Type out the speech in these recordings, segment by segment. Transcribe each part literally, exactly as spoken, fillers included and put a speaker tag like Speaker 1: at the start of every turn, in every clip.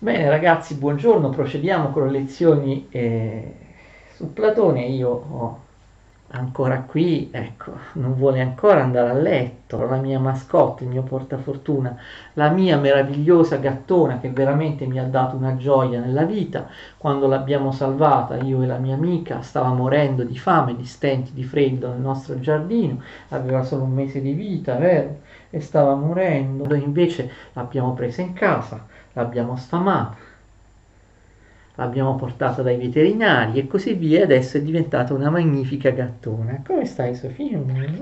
Speaker 1: Bene ragazzi, buongiorno, procediamo con le lezioni eh, su Platone. Io ho ancora qui, ecco, non vuole ancora andare a letto, la mia mascotte, il mio portafortuna, la mia meravigliosa gattona che veramente mi ha dato una gioia nella vita. Quando l'abbiamo salvata, io e la mia amica, stava morendo di fame, di stenti, di freddo nel nostro giardino, aveva solo un mese di vita, vero? E stava morendo. Noi invece l'abbiamo presa in casa, l'abbiamo sfamata, l'abbiamo portata dai veterinari e così via, adesso è diventata una magnifica gattona. Come stai Sofia?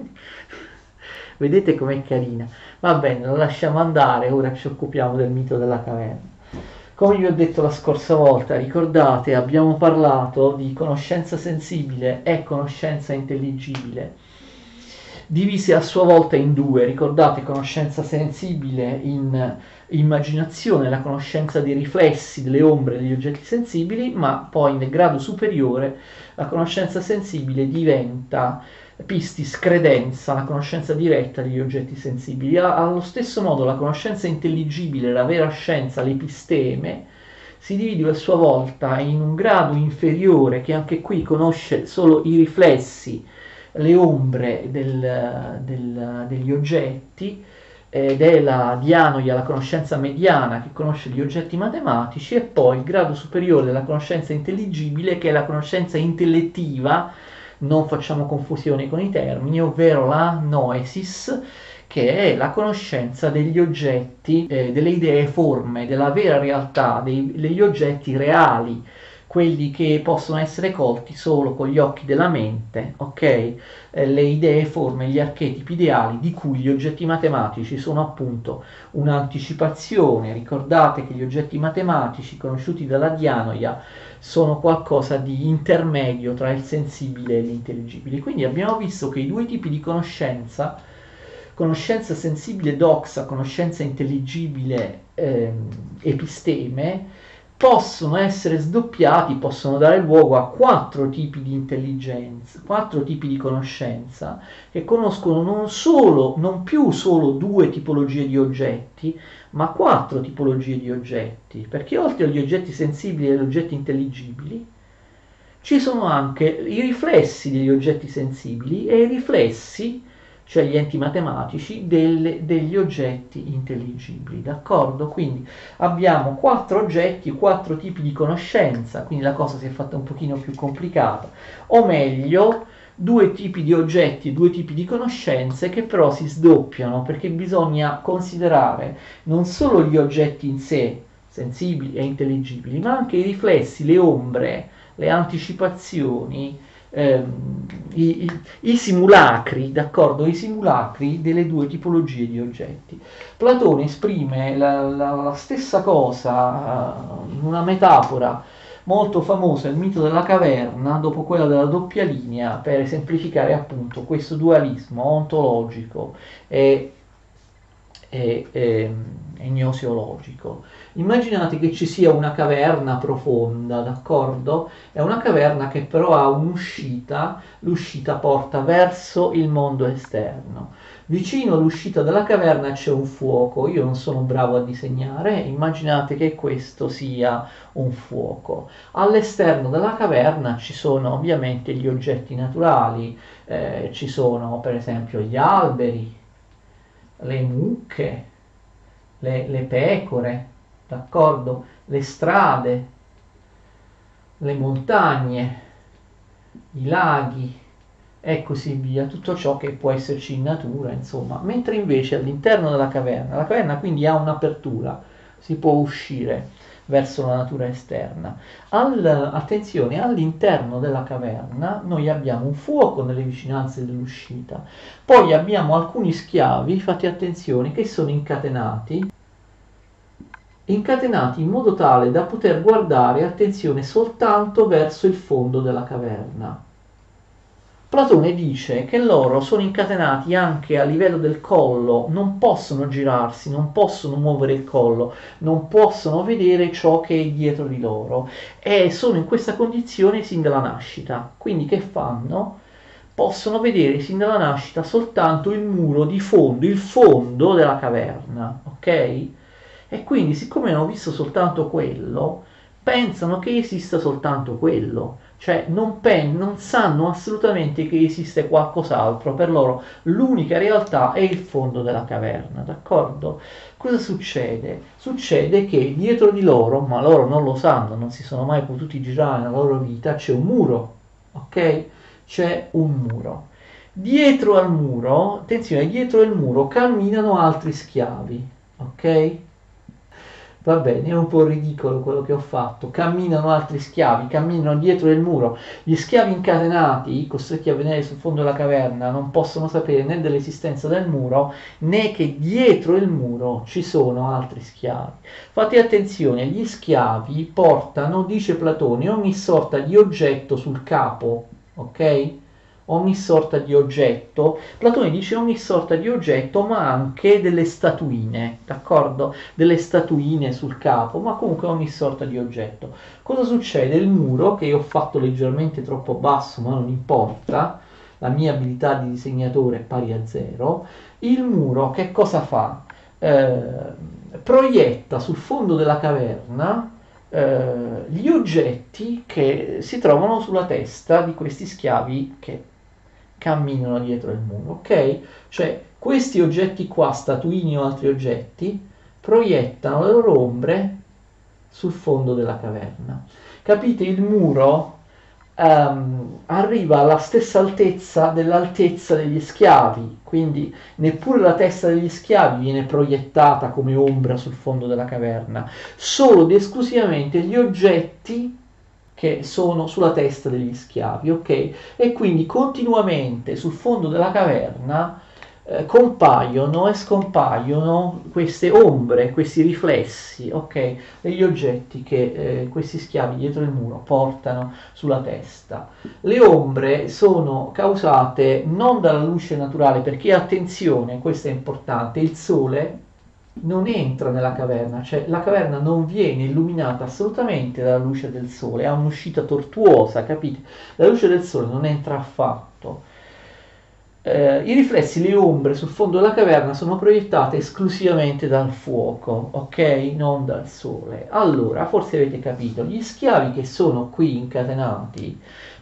Speaker 1: Vedete com'è carina? Va bene, lo lasciamo andare, ora ci occupiamo del mito della caverna. Come vi ho detto la scorsa volta, ricordate, abbiamo parlato di conoscenza sensibile e conoscenza intelligibile, divise a sua volta in due. Ricordate, conoscenza sensibile in immaginazione, la conoscenza dei riflessi, delle ombre degli oggetti sensibili, ma poi nel grado superiore la conoscenza sensibile diventa pistis, credenza, la conoscenza diretta degli oggetti sensibili. Allo stesso modo la conoscenza intelligibile, la vera scienza, l'episteme, si divide a sua volta in un grado inferiore che anche qui conosce solo i riflessi, le ombre del, del, degli oggetti, ed è la dianoia, la conoscenza mediana che conosce gli oggetti matematici, e poi il grado superiore della conoscenza intelligibile che è la conoscenza intellettiva, non facciamo confusione con i termini, ovvero la noesis, che è la conoscenza degli oggetti, eh, delle idee forme, della vera realtà, dei, degli oggetti reali, quelli che possono essere colti solo con gli occhi della mente, ok? Eh, le idee forme, gli archetipi ideali di cui gli oggetti matematici sono appunto un'anticipazione. Ricordate che gli oggetti matematici conosciuti dalla dianoia sono qualcosa di intermedio tra il sensibile e l'intelligibile. Quindi abbiamo visto che i due tipi di conoscenza, conoscenza sensibile doxa, conoscenza intelligibile ehm, episteme, possono essere sdoppiati, possono dare luogo a quattro tipi di intelligenza, quattro tipi di conoscenza che conoscono non solo, non più solo due tipologie di oggetti, ma quattro tipologie di oggetti, perché oltre agli oggetti sensibili e agli oggetti intelligibili ci sono anche i riflessi degli oggetti sensibili e i riflessi, cioè gli enti matematici, delle, degli oggetti intelligibili, d'accordo? Quindi abbiamo quattro oggetti, quattro tipi di conoscenza, quindi la cosa si è fatta un pochino più complicata, o meglio, due tipi di oggetti, due tipi di conoscenze che però si sdoppiano, perché bisogna considerare non solo gli oggetti in sé, sensibili e intelligibili, ma anche i riflessi, le ombre, le anticipazioni, ehm, i, i, i simulacri, d'accordo? I simulacri delle due tipologie di oggetti. Platone esprime la, la, la stessa cosa uh, in una metafora molto famosa, il mito della caverna, dopo quella della doppia linea, per esemplificare appunto questo dualismo ontologico e, e, e, e gnoseologico. Immaginate che ci sia una caverna profonda, d'accordo? È una caverna che però ha un'uscita, l'uscita porta verso il mondo esterno. Vicino all'uscita della caverna c'è un fuoco, io non sono bravo a disegnare, immaginate che questo sia un fuoco. All'esterno della caverna ci sono ovviamente gli oggetti naturali, eh, ci sono per esempio gli alberi, le mucche, le, le pecore, d'accordo? Le strade, le montagne, i laghi e così via, tutto ciò che può esserci in natura, insomma. Mentre invece all'interno della caverna, la caverna quindi ha un'apertura, si può uscire verso la natura esterna. Al, attenzione, all'interno della caverna noi abbiamo un fuoco nelle vicinanze dell'uscita, poi abbiamo alcuni schiavi, fate attenzione, che sono incatenati, incatenati in modo tale da poter guardare, attenzione, soltanto verso il fondo della caverna. Platone dice che loro sono incatenati anche a livello del collo, non possono girarsi, non possono muovere il collo, non possono vedere ciò che è dietro di loro e sono in questa condizione sin dalla nascita. Quindi che fanno? Possono vedere sin dalla nascita soltanto il muro di fondo, il fondo della caverna, ok? E quindi, siccome hanno visto soltanto quello, pensano che esista soltanto quello, cioè non, pen- non sanno assolutamente che esiste qualcos'altro, per loro l'unica realtà è il fondo della caverna, d'accordo? Cosa succede? Succede che dietro di loro, ma loro non lo sanno, non si sono mai potuti girare nella loro vita, c'è un muro, ok? C'è un muro. Dietro al muro, attenzione, dietro il muro camminano altri schiavi, ok? Va bene, è un po' ridicolo quello che ho fatto. Camminano altri schiavi, camminano dietro il muro. Gli schiavi incatenati, costretti a venire sul fondo della caverna, non possono sapere né dell'esistenza del muro né che dietro il muro ci sono altri schiavi. Fate attenzione, gli schiavi portano, dice Platone, ogni sorta di oggetto sul capo, ok? Ogni sorta di oggetto. Platone dice ogni sorta di oggetto, ma anche delle statuine, d'accordo? Delle statuine sul capo, ma comunque ogni sorta di oggetto. Cosa succede? Il muro, che io ho fatto leggermente troppo basso, ma non importa, la mia abilità di disegnatore è pari a zero, il muro che cosa fa? Eh, proietta sul fondo della caverna eh, gli oggetti che si trovano sulla testa di questi schiavi che camminano dietro il muro, ok? Cioè questi oggetti qua, statuini o altri oggetti, proiettano le loro ombre sul fondo della caverna. Capite? Il muro ehm, arriva alla stessa altezza dell'altezza degli schiavi, quindi neppure la testa degli schiavi viene proiettata come ombra sul fondo della caverna, solo ed esclusivamente gli oggetti che sono sulla testa degli schiavi, ok? E quindi continuamente sul fondo della caverna eh, compaiono e scompaiono queste ombre, questi riflessi, ok? Degli oggetti che eh, questi schiavi dietro il muro portano sulla testa. Le ombre sono causate non dalla luce naturale, perché attenzione, questo è importante, il sole non entra nella caverna, cioè la caverna non viene illuminata assolutamente dalla luce del sole, ha un'uscita tortuosa, capite? La luce del sole non entra affatto. Eh, I riflessi, le ombre sul fondo della caverna sono proiettate esclusivamente dal fuoco, ok? Non dal sole. Allora, forse avete capito, gli schiavi che sono qui incatenati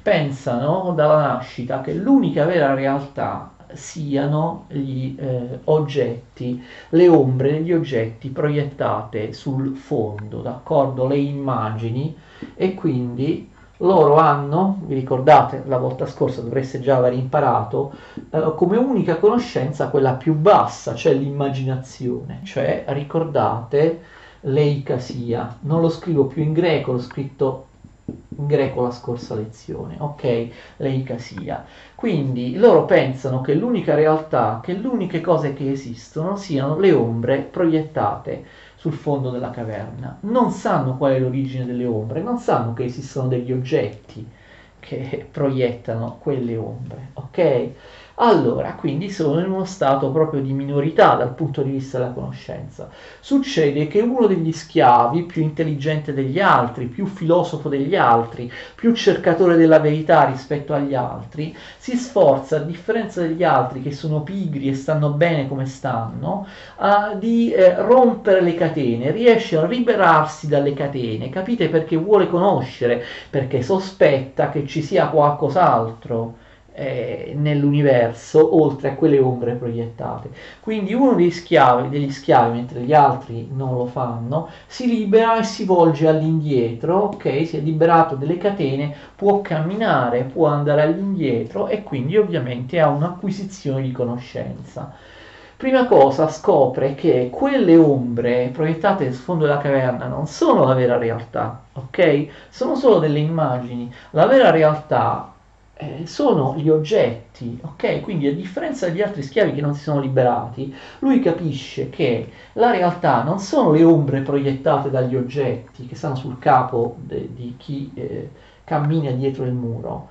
Speaker 1: pensano dalla nascita che l'unica vera realtà siano gli eh, oggetti, le ombre degli oggetti proiettate sul fondo, d'accordo? Le immagini, e quindi loro hanno, vi ricordate, la volta scorsa dovreste già aver imparato, eh, come unica conoscenza quella più bassa, cioè l'immaginazione, cioè ricordate l'eicasia. Non lo scrivo più in greco, l'ho scritto in greco la scorsa lezione, ok? L'eicasia. Quindi loro pensano che l'unica realtà, che le uniche cose che esistono siano le ombre proiettate sul fondo della caverna. Non sanno qual è l'origine delle ombre, non sanno che esistono degli oggetti che proiettano quelle ombre, ok? Allora, quindi sono in uno stato proprio di minorità dal punto di vista della conoscenza. Succede che uno degli schiavi, più intelligente degli altri, più filosofo degli altri, più cercatore della verità rispetto agli altri, si sforza, a differenza degli altri che sono pigri e stanno bene come stanno, uh, di eh, rompere le catene, riesce a liberarsi dalle catene, capite? Perché vuole conoscere, perché sospetta che ci sia qualcos'altro eh, nell'universo oltre a quelle ombre proiettate. Quindi uno degli schiavi, degli schiavi, mentre gli altri non lo fanno, si libera e si volge all'indietro, ok? Si è liberato delle catene, può camminare, può andare all'indietro e quindi ovviamente ha un'acquisizione di conoscenza. Prima cosa scopre che quelle ombre proiettate sul fondo della caverna non sono la vera realtà, ok? Sono solo delle immagini. La vera realtà eh, sono gli oggetti, ok? Quindi a differenza degli altri schiavi che non si sono liberati, lui capisce che la realtà non sono le ombre proiettate dagli oggetti che stanno sul capo de- di chi eh, cammina dietro il muro.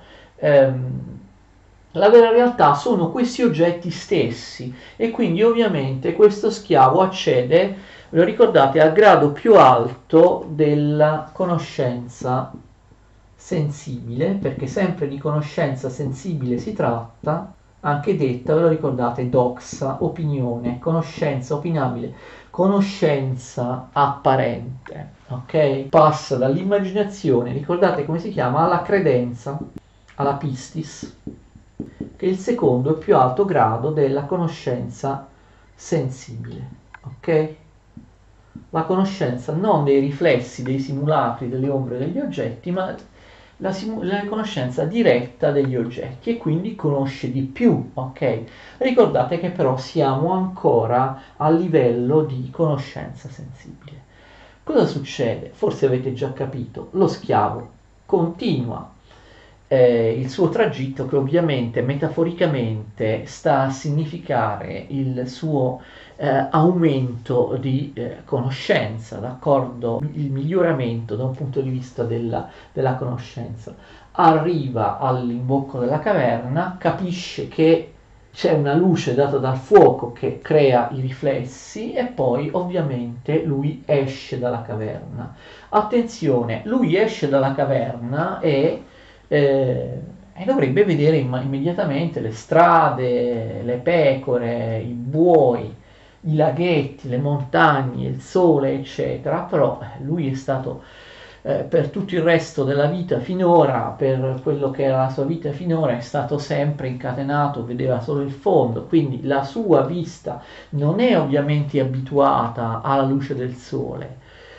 Speaker 1: Ehm, la vera realtà sono questi oggetti stessi e quindi ovviamente questo schiavo accede, ve lo ricordate, al grado più alto della conoscenza sensibile, perché sempre di conoscenza sensibile si tratta, anche detta, ve lo ricordate, doxa, opinione, conoscenza opinabile, conoscenza apparente, ok? Passa dall'immaginazione, ricordate come si chiama, alla credenza, alla pistis, che è il secondo e più alto grado della conoscenza sensibile, ok? La conoscenza non dei riflessi, dei simulacri, delle ombre degli oggetti, ma la, simu- la conoscenza diretta degli oggetti e quindi conosce di più, ok? Ricordate che però siamo ancora a livello di conoscenza sensibile. Cosa succede? Forse avete già capito, lo schiavo continua eh, il suo tragitto che ovviamente metaforicamente sta a significare il suo eh, aumento di eh, conoscenza, d'accordo? Il miglioramento da un punto di vista della, della conoscenza. Arriva all'imbocco della caverna, capisce che c'è una luce data dal fuoco che crea i riflessi e poi ovviamente lui esce dalla caverna. Attenzione, lui esce dalla caverna e eh, e dovrebbe vedere imm- immediatamente le strade, le pecore, i buoi, i laghetti, le montagne, il sole, eccetera, però eh, lui è stato eh, per tutto il resto della vita finora, per quello che era la sua vita finora, è stato sempre incatenato, vedeva solo il fondo, quindi la sua vista non è ovviamente abituata alla luce del sole.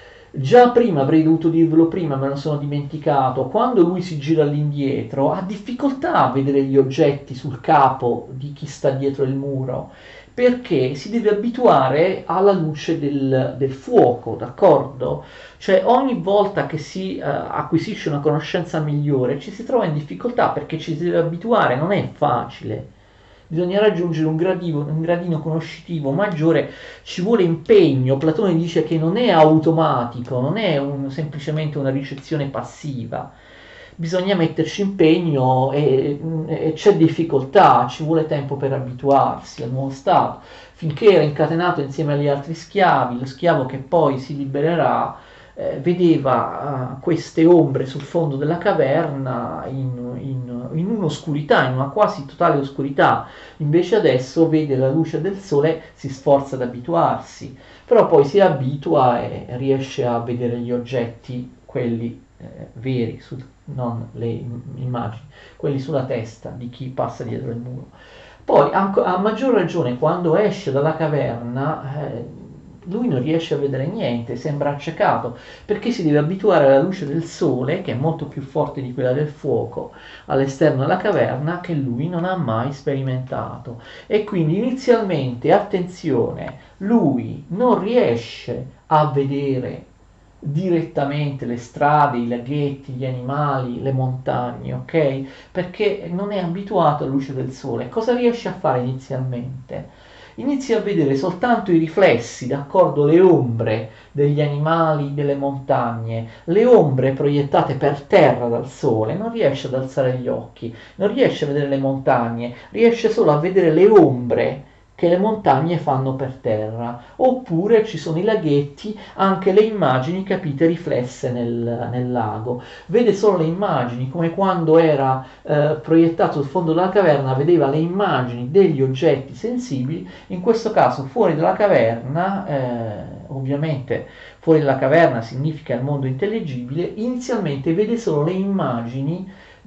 Speaker 1: Già prima, avrei dovuto dirvelo prima, me lo sono dimenticato, quando lui si gira all'indietro ha difficoltà a vedere gli oggetti sul capo di chi sta dietro il muro, perché si deve abituare alla luce del, del fuoco, d'accordo? Cioè ogni volta che si eh, acquisisce una conoscenza migliore ci si trova in difficoltà perché ci si deve abituare, non è facile. Bisogna raggiungere un gradino, un gradino conoscitivo maggiore, ci vuole impegno. Platone dice che non è automatico, non è un- semplicemente una ricezione passiva. Bisogna metterci impegno e, e c'è difficoltà, ci vuole tempo per abituarsi al nuovo stato. Finché era incatenato insieme agli altri schiavi, lo schiavo che poi si libererà eh, vedeva uh, queste ombre sul fondo della caverna in, in, in un'oscurità, in una quasi totale oscurità. Invece adesso vede la luce del sole, si sforza ad abituarsi, però poi si abitua e riesce a vedere gli oggetti, quelli eh, veri, su, non le immagini, quelli sulla testa di chi passa dietro il muro. Poi a maggior ragione quando esce dalla caverna eh, lui non riesce a vedere niente, sembra accecato, perché si deve abituare alla luce del sole, che è molto più forte di quella del fuoco, all'esterno della caverna, che lui non ha mai sperimentato. E quindi inizialmente, attenzione, lui non riesce a vedere direttamente le strade, i laghetti, gli animali, le montagne, ok? Perché non è abituato alla luce del sole. Cosa riesce a fare inizialmente? Inizia a vedere soltanto i riflessi, d'accordo, le ombre degli animali, delle montagne, le ombre proiettate per terra dal sole, non riesce ad alzare gli occhi, non riesce a vedere le montagne, riesce solo a vedere le ombre che le montagne fanno per terra, oppure ci sono i laghetti, anche le immagini, capite, riflesse nel, nel lago. Vede solo le immagini, come quando era eh, proiettato sul fondo della caverna, vedeva le immagini degli oggetti sensibili, in questo caso fuori dalla caverna, eh, ovviamente fuori dalla caverna significa il mondo intelligibile, inizialmente vede solo le immagini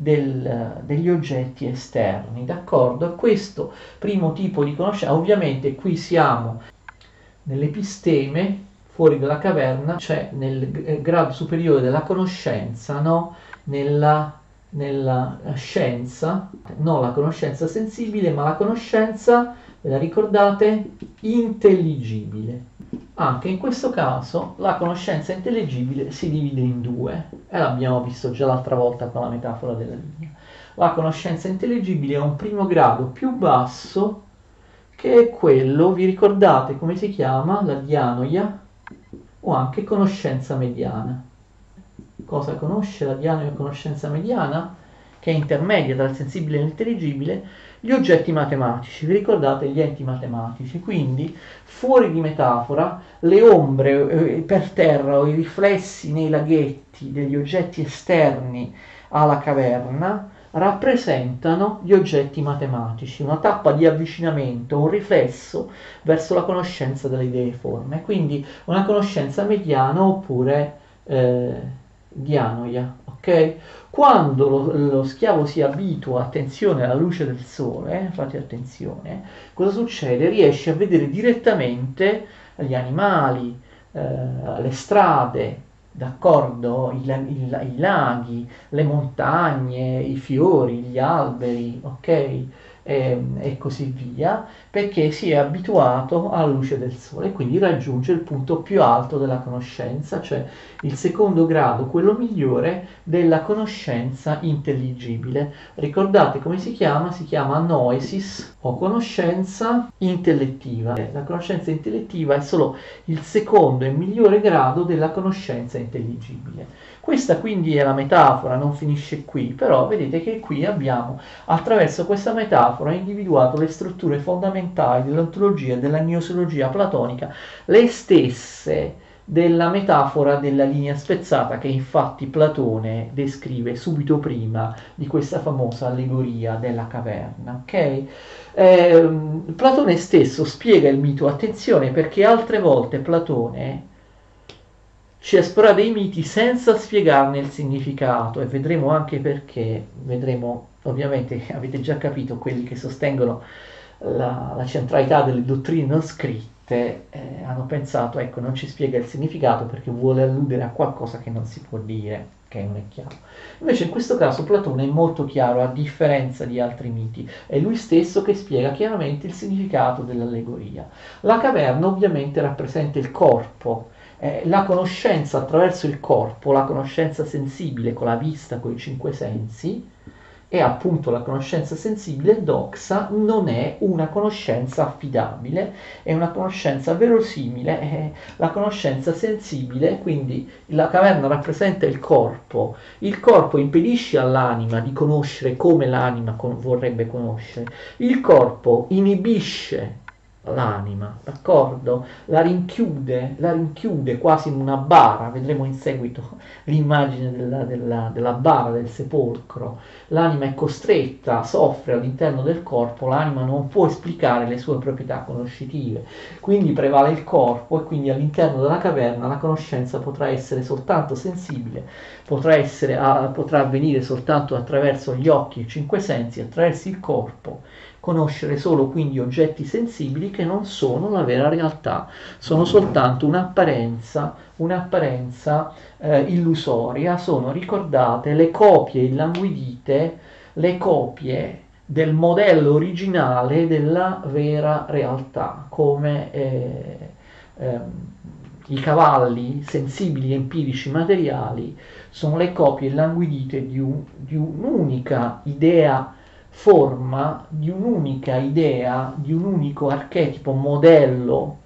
Speaker 1: del, degli oggetti esterni, d'accordo? Questo primo tipo di conoscenza, ovviamente qui siamo nell'episteme, fuori dalla caverna, cioè nel grado superiore della conoscenza, no? Nella, nella scienza, non la conoscenza sensibile, ma la conoscenza, ve la ricordate? Intelligibile. Anche in questo caso la conoscenza intelligibile si divide in due, e l'abbiamo visto già l'altra volta con la metafora della linea. La conoscenza intelligibile è un primo grado più basso, che è quello, vi ricordate come si chiama? La dianoia, o anche conoscenza mediana. Cosa conosce la dianoia o conoscenza mediana? Che è intermedia tra il sensibile e l'intelligibile, gli oggetti matematici, vi ricordate gli enti matematici, quindi fuori di metafora le ombre eh, per terra o i riflessi nei laghetti degli oggetti esterni alla caverna rappresentano gli oggetti matematici, una tappa di avvicinamento, un riflesso verso la conoscenza delle idee forme, quindi una conoscenza mediana oppure eh, dianoia, ok? Quando lo, lo schiavo si abitua, attenzione, alla luce del sole, fate attenzione, cosa succede? Riesce a vedere direttamente gli animali, eh, le strade, d'accordo? I, i, i laghi, le montagne, i fiori, gli alberi, ok? E, e così via, perché si è abituato alla luce del sole e quindi raggiunge il punto più alto della conoscenza, cioè il secondo grado, quello migliore della conoscenza intelligibile. Ricordate come si chiama? Si chiama noesis o conoscenza intellettiva. La conoscenza intellettiva è solo il secondo e migliore grado della conoscenza intelligibile. Questa quindi è la metafora, non finisce qui, però vedete che qui abbiamo, attraverso questa metafora, individuato le strutture fondamentali dell'ontologia e della gnoseologia platonica, le stesse della metafora della linea spezzata che infatti Platone descrive subito prima di questa famosa allegoria della caverna. Okay? Eh, Platone stesso spiega il mito, attenzione, perché altre volte Platone ci esplora dei miti senza spiegarne il significato, e vedremo anche perché. Vedremo, ovviamente avete già capito, quelli che sostengono la, la centralità delle dottrine non scritte eh, hanno pensato, ecco, non ci spiega il significato perché vuole alludere a qualcosa che non si può dire, che non è chiaro. Invece in questo caso Platone è molto chiaro, a differenza di altri miti, è lui stesso che spiega chiaramente il significato dell'allegoria. La caverna ovviamente rappresenta il corpo, eh, la conoscenza attraverso il corpo, la conoscenza sensibile con la vista, con i cinque sensi, e appunto la conoscenza sensibile doxa non è una conoscenza affidabile, è una conoscenza verosimile, è la conoscenza sensibile, quindi la caverna rappresenta il corpo, il corpo impedisce all'anima di conoscere come l'anima con- vorrebbe conoscere, il corpo inibisce l'anima, d'accordo? La rinchiude, la rinchiude quasi in una bara, vedremo in seguito l'immagine della, della, della bara, del sepolcro. L'anima è costretta, soffre all'interno del corpo, l'anima non può esplicare le sue proprietà conoscitive, quindi prevale il corpo e quindi all'interno della caverna la conoscenza potrà essere soltanto sensibile, potrà, essere, potrà avvenire soltanto attraverso gli occhi, i cinque sensi, attraverso il corpo, conoscere solo quindi oggetti sensibili che non sono la vera realtà, sono soltanto un'apparenza, un'apparenza eh, illusoria, sono, ricordate, le copie illanguidite, le copie del modello originale della vera realtà, come eh, ehm, i cavalli sensibili, empirici, materiali, sono le copie illanguidite di, un, di un'unica idea forma, di un'unica idea, di un unico archetipo, modello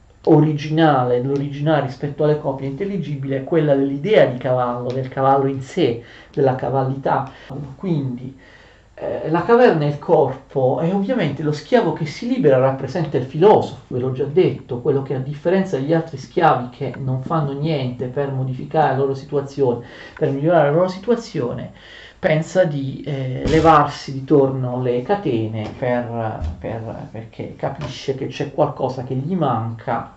Speaker 1: originale, l'originale rispetto alle copie intelligibili è quella dell'idea di cavallo, del cavallo in sé, della cavallità. Quindi eh, la caverna è il corpo e ovviamente lo schiavo che si libera rappresenta il filosofo, ve l'ho già detto, quello che a differenza degli altri schiavi che non fanno niente per modificare la loro situazione, per migliorare la loro situazione, pensa di eh, levarsi di torno le catene per, per, perché capisce che c'è qualcosa che gli manca,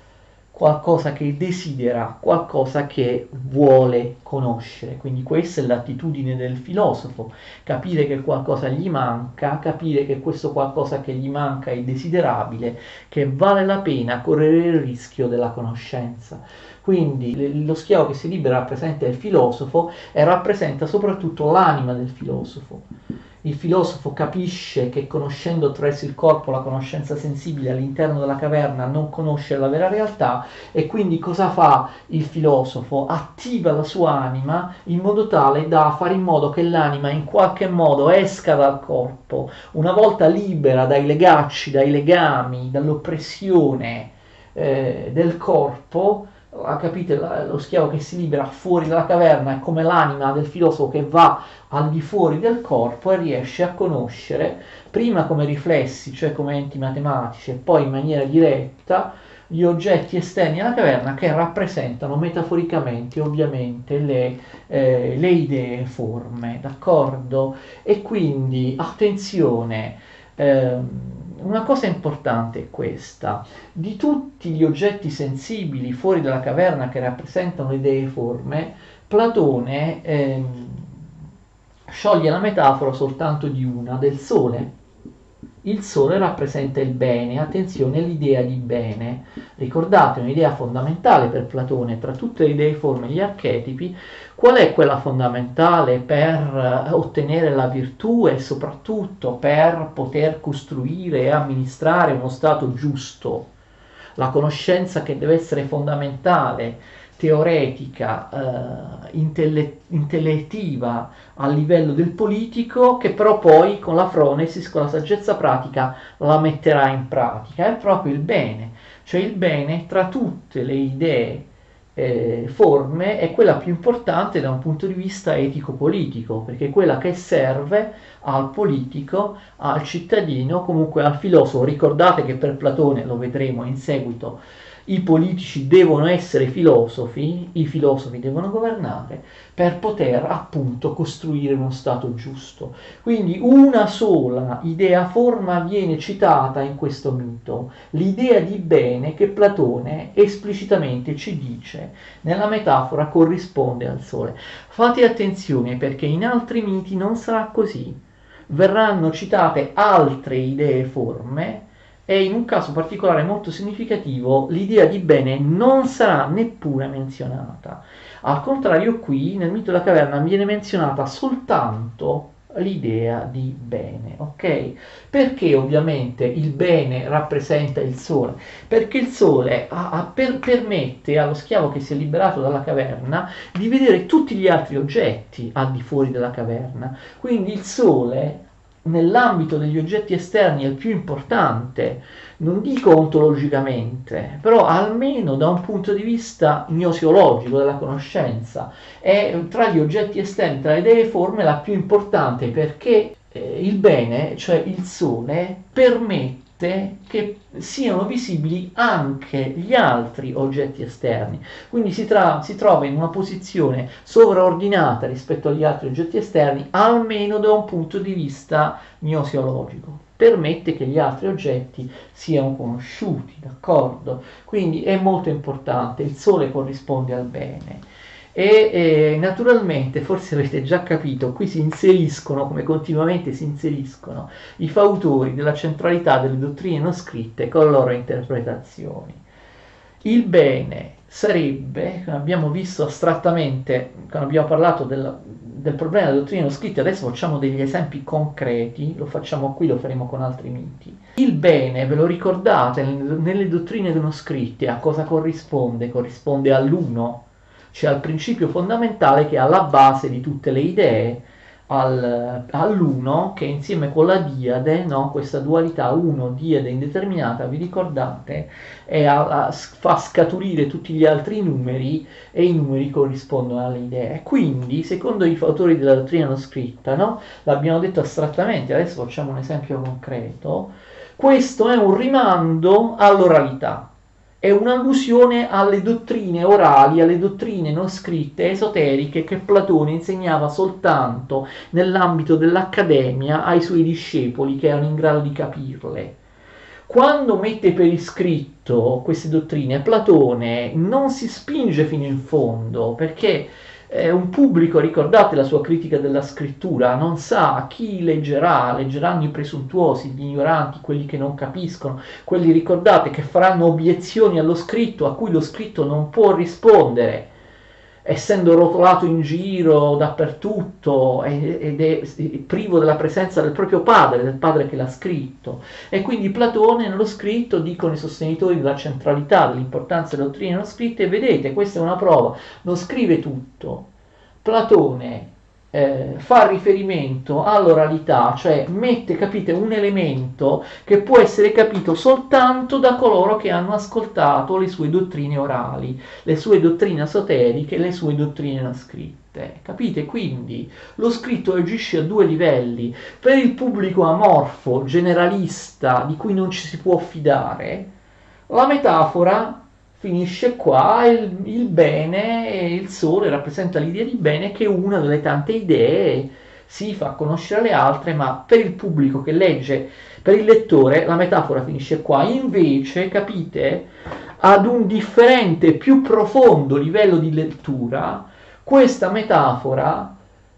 Speaker 1: qualcosa che desidera, qualcosa che vuole conoscere. Quindi questa è l'attitudine del filosofo, capire che qualcosa gli manca, capire che questo qualcosa che gli manca è desiderabile, che vale la pena correre il rischio della conoscenza. Quindi lo schiavo che si libera rappresenta il filosofo e rappresenta soprattutto l'anima del filosofo. Il filosofo capisce che conoscendo attraverso il corpo la conoscenza sensibile all'interno della caverna non conosce la vera realtà e quindi cosa fa il filosofo? Attiva la sua anima in modo tale da fare in modo che l'anima in qualche modo esca dal corpo, una volta libera dai legacci, dai legami, dall'oppressione eh, del corpo. Capite, lo schiavo che si libera fuori dalla caverna è come l'anima del filosofo che va al di fuori del corpo e riesce a conoscere prima come riflessi, cioè come enti matematici, e poi in maniera diretta gli oggetti esterni alla caverna che rappresentano metaforicamente ovviamente le, eh, le idee forme, d'accordo? E quindi attenzione, ehm, una cosa importante è questa: di tutti gli oggetti sensibili fuori dalla caverna che rappresentano idee forme, Platone ehm, scioglie la metafora soltanto di una, del sole. Il sole rappresenta il bene, attenzione, l'idea di bene. Ricordate, un'idea fondamentale per Platone, tra tutte le idee forme e gli archetipi, qual è quella fondamentale per ottenere la virtù e soprattutto per poter costruire e amministrare uno stato giusto? La conoscenza che deve essere fondamentale, teoretica, eh, intelle- intellettiva a livello del politico, che però poi con la fronesis, con la saggezza pratica, la metterà in pratica. È proprio il bene, cioè il bene tra tutte le idee eh, forme è quella più importante da un punto di vista etico-politico, perché è quella che serve al politico, al cittadino, comunque al filosofo. Ricordate che per Platone, lo vedremo in seguito, i politici devono essere filosofi, i filosofi devono governare per poter appunto costruire uno stato giusto. Quindi una sola idea forma viene citata in questo mito, l'idea di bene che Platone esplicitamente ci dice nella metafora corrisponde al sole. Fate attenzione perché in altri miti non sarà così, verranno citate altre idee forme e in un caso particolare molto significativo l'idea di bene non sarà neppure menzionata. Al contrario, qui nel mito della caverna viene menzionata soltanto l'idea di bene, ok? Perché ovviamente il bene rappresenta il sole? Perché il sole ha, ha, per, permette allo schiavo che si è liberato dalla caverna di vedere tutti gli altri oggetti al di fuori della caverna. Quindi il sole nell'ambito degli oggetti esterni è il più importante, non dico ontologicamente, però almeno da un punto di vista gnosiologico della conoscenza, è tra gli oggetti esterni, tra le idee e forme, la più importante perché eh, il bene, cioè il sole, permette che siano visibili anche gli altri oggetti esterni, quindi si, tra- si trova in una posizione sovraordinata rispetto agli altri oggetti esterni, almeno da un punto di vista gnosiologico, permette che gli altri oggetti siano conosciuti, d'accordo? Quindi è molto importante, il sole corrisponde al bene. E eh, naturalmente, forse avete già capito, qui si inseriscono, come continuamente si inseriscono, i fautori della centralità delle dottrine non scritte con le loro interpretazioni. Il bene sarebbe, come abbiamo visto astrattamente, quando abbiamo parlato del, del problema delle dottrine non scritte, adesso facciamo degli esempi concreti, lo facciamo qui, lo faremo con altri miti. Il bene, ve lo ricordate, nelle dottrine non scritte a cosa corrisponde? Corrisponde all'uno, cioè al principio fondamentale che è alla base di tutte le idee, al, all'uno che insieme con la diade, no, questa dualità uno diade indeterminata, vi ricordate, è a, a, fa scaturire tutti gli altri numeri e i numeri corrispondono alle idee. Quindi, secondo i fautori della dottrina non scritta, no, l'abbiamo detto astrattamente, adesso facciamo un esempio concreto, questo è un rimando all'oralità. È un'allusione alle dottrine orali, alle dottrine non scritte, esoteriche, che Platone insegnava soltanto nell'ambito dell'accademia ai suoi discepoli che erano in grado di capirle. Quando mette per iscritto queste dottrine, Platone non si spinge fino in fondo, perché eh, un pubblico, ricordate la sua critica della scrittura, non sa chi leggerà, leggeranno i presuntuosi, gli ignoranti, quelli che non capiscono, quelli, ricordate, che faranno obiezioni allo scritto a cui lo scritto non può rispondere, essendo rotolato in giro dappertutto ed è privo della presenza del proprio padre, del padre che l'ha scritto. E quindi Platone nello scritto, dicono i sostenitori della centralità, dell'importanza delle dottrine non scritte, vedete, questa è una prova, non scrive tutto. Platone eh, fa riferimento all'oralità, cioè mette, capite, un elemento che può essere capito soltanto da coloro che hanno ascoltato le sue dottrine orali, le sue dottrine esoteriche, le sue dottrine non scritte. Capite? Quindi lo scritto agisce a due livelli. Per il pubblico amorfo, generalista, di cui non ci si può fidare, La metafora finisce qua, il, il bene, il sole rappresenta l'idea di bene che è una delle tante idee, si fa conoscere le altre, ma per il pubblico che legge, per il lettore, la metafora finisce qua. Invece, capite, ad un differente, più profondo livello di lettura, questa metafora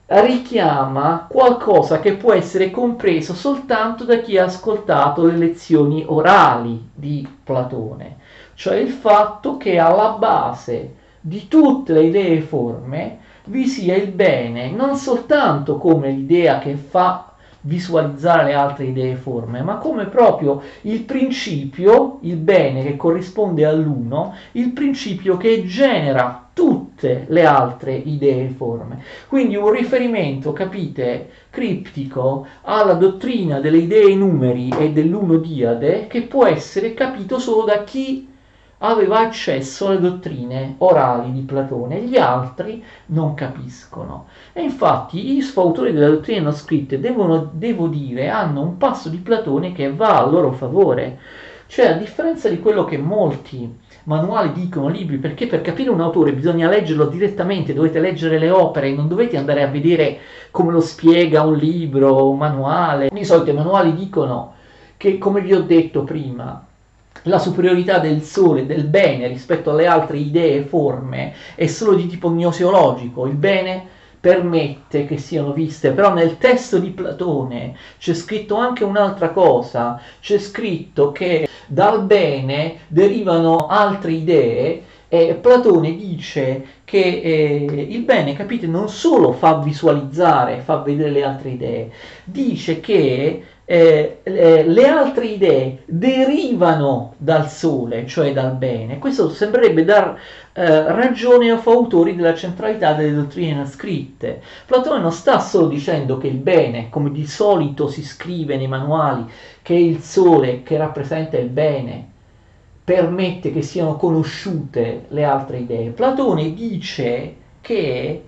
Speaker 1: richiama qualcosa che può essere compreso soltanto da chi ha ascoltato le lezioni orali di Platone, cioè il fatto che alla base di tutte le idee e forme vi sia il bene, non soltanto come l'idea che fa visualizzare le altre idee e forme, ma come proprio il principio, il bene che corrisponde all'uno, il principio che genera tutte le altre idee e forme. Quindi un riferimento, capite, criptico alla dottrina delle idee numeri e dell'uno diade, che può essere capito solo da chi aveva accesso alle dottrine orali di Platone, gli altri non capiscono. E infatti gli fautori della dottrina non scritte devono, devo dire, hanno un passo di Platone che va a loro favore. Cioè, a differenza di quello che molti manuali dicono, libri, perché per capire un autore bisogna leggerlo direttamente, dovete leggere le opere, non dovete andare a vedere come lo spiega un libro, un manuale. Di solito i manuali dicono che, come vi ho detto prima, la superiorità del sole, del bene rispetto alle altre idee e forme è solo di tipo gnoseologico. Il bene permette che siano viste, però nel testo di Platone c'è scritto anche un'altra cosa, c'è scritto che dal bene derivano altre idee e Platone dice che eh, il bene, capite, non solo fa visualizzare, fa vedere le altre idee, dice che Eh, le, le altre idee derivano dal sole, cioè dal bene. Questo sembrerebbe dar eh, ragione ai fautori della centralità delle dottrine non scritte. Platone non sta solo dicendo che il bene, come di solito si scrive nei manuali, che è il sole che rappresenta il bene, permette che siano conosciute le altre idee. Platone dice che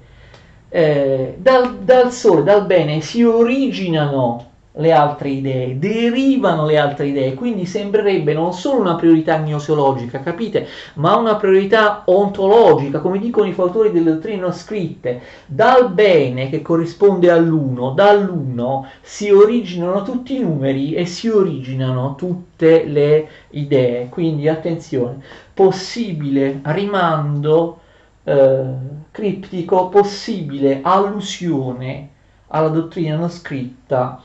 Speaker 1: eh, dal, dal sole, dal bene si originano le altre idee, derivano le altre idee, quindi sembrerebbe non solo una priorità gnoseologica, capite, ma una priorità ontologica, come dicono i fautori delle dottrine non scritte. Dal bene che corrisponde all'uno, dall'uno si originano tutti i numeri e si originano tutte le idee. Quindi attenzione, possibile rimando eh, criptico, possibile allusione alla dottrina non scritta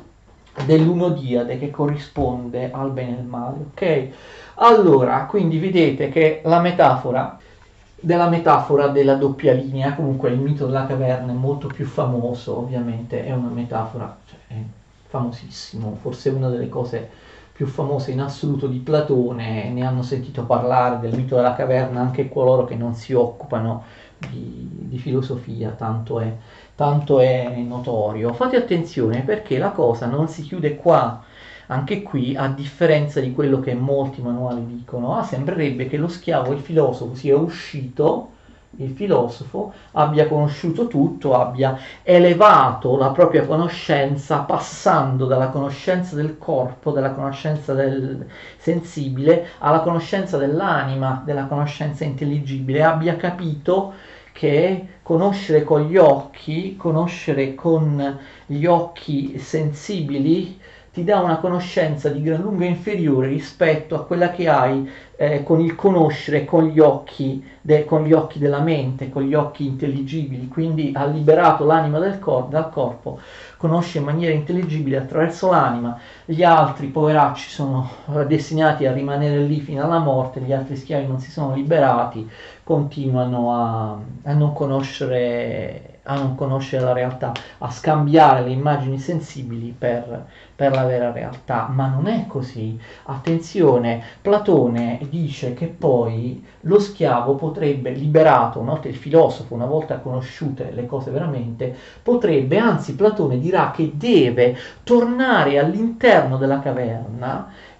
Speaker 1: dell'uno diade che corrisponde al bene e al male, ok? Allora, quindi vedete che la metafora della metafora della doppia linea, comunque il mito della caverna è molto più famoso, ovviamente è una metafora, cioè, è famosissimo, forse una delle cose più famose in assoluto di Platone, ne hanno sentito parlare del mito della caverna anche coloro che non si occupano di, di filosofia, tanto è tanto è notorio. Fate attenzione perché la cosa non si chiude qua. Anche qui, a differenza di quello che molti manuali dicono, ah, sembrerebbe che lo schiavo, il filosofo, sia uscito, il filosofo abbia conosciuto tutto, abbia elevato la propria conoscenza passando dalla conoscenza del corpo, dalla conoscenza del sensibile, alla conoscenza dell'anima, della conoscenza intelligibile, abbia capito che conoscere con gli occhi, conoscere con gli occhi sensibili, ti dà una conoscenza di gran lunga inferiore rispetto a quella che hai eh, con il conoscere con gli occhi, de, con gli occhi della mente, con gli occhi intelligibili. Quindi ha liberato l'anima del cor- dal corpo, conosce in maniera intelligibile attraverso l'anima. Gli altri poveracci sono destinati a rimanere lì fino alla morte, gli altri schiavi non si sono liberati, continuano a, a non conoscere a non conoscere la realtà, a scambiare le immagini sensibili per, per la vera realtà, ma non è così. Attenzione, Platone dice che poi lo schiavo potrebbe, liberato, una volta il filosofo, una volta conosciute le cose veramente, potrebbe, anzi Platone dirà che deve tornare all'interno della caverna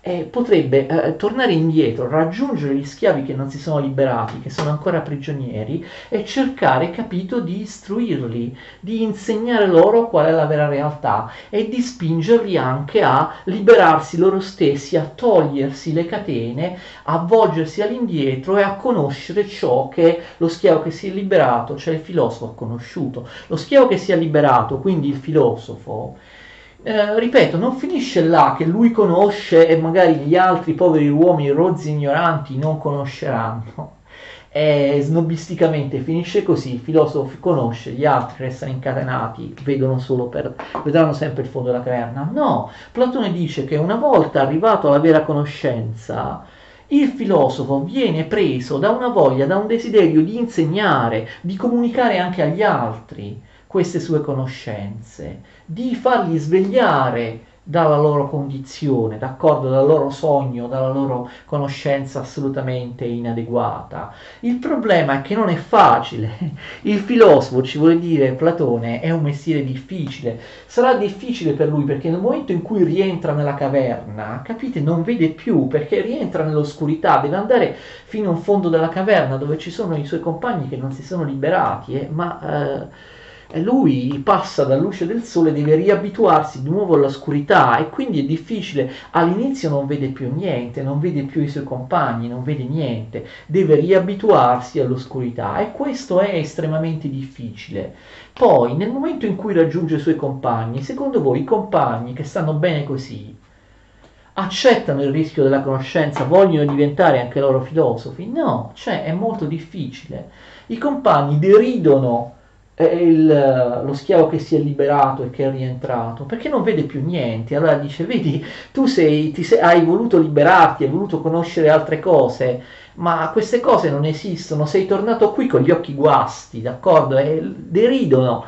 Speaker 1: eh, potrebbe eh, tornare indietro, raggiungere gli schiavi che non si sono liberati, che sono ancora prigionieri, e cercare, capito, di istruirli, di insegnare loro qual è la vera realtà e di spingerli anche a liberarsi loro stessi, a togliersi le catene, a volgersi all'indietro e a conoscere ciò che lo schiavo che si è liberato, cioè il filosofo, ha conosciuto. Lo schiavo che si è liberato, quindi il filosofo, eh, ripeto, non finisce là che lui conosce e magari gli altri poveri uomini rozzi e ignoranti non conosceranno. E snobisticamente finisce così: il filosofo conosce, gli altri restano incatenati, vedono solo per, vedranno sempre il fondo della caverna. No, Platone dice che una volta arrivato alla vera conoscenza, il filosofo viene preso da una voglia, da un desiderio di insegnare, di comunicare anche agli altri queste sue conoscenze, di farli svegliare dalla loro condizione, d'accordo, dal loro sogno, dalla loro conoscenza assolutamente inadeguata. Il problema è che non è facile. Il filosofo, ci vuole dire Platone, è un mestiere difficile. Sarà difficile per lui perché nel momento in cui rientra nella caverna, capite, non vede più, perché rientra nell'oscurità, deve andare fino in fondo della caverna dove ci sono i suoi compagni che non si sono liberati, eh, ma... Eh, e lui passa dalla luce del sole, deve riabituarsi di nuovo all'oscurità e quindi è difficile. All'inizio non vede più niente, non vede più i suoi compagni, non vede niente, deve riabituarsi all'oscurità e questo è estremamente difficile. Poi, nel momento in cui raggiunge i suoi compagni, secondo voi i compagni che stanno bene così accettano il rischio della conoscenza, vogliono diventare anche loro filosofi? No, cioè è molto difficile. I compagni deridono il, lo schiavo che si è liberato e che è rientrato perché non vede più niente. Allora dice: vedi, tu sei, ti sei, hai voluto liberarti, hai voluto conoscere altre cose, ma queste cose non esistono, sei tornato qui con gli occhi guasti, d'accordo? E deridono,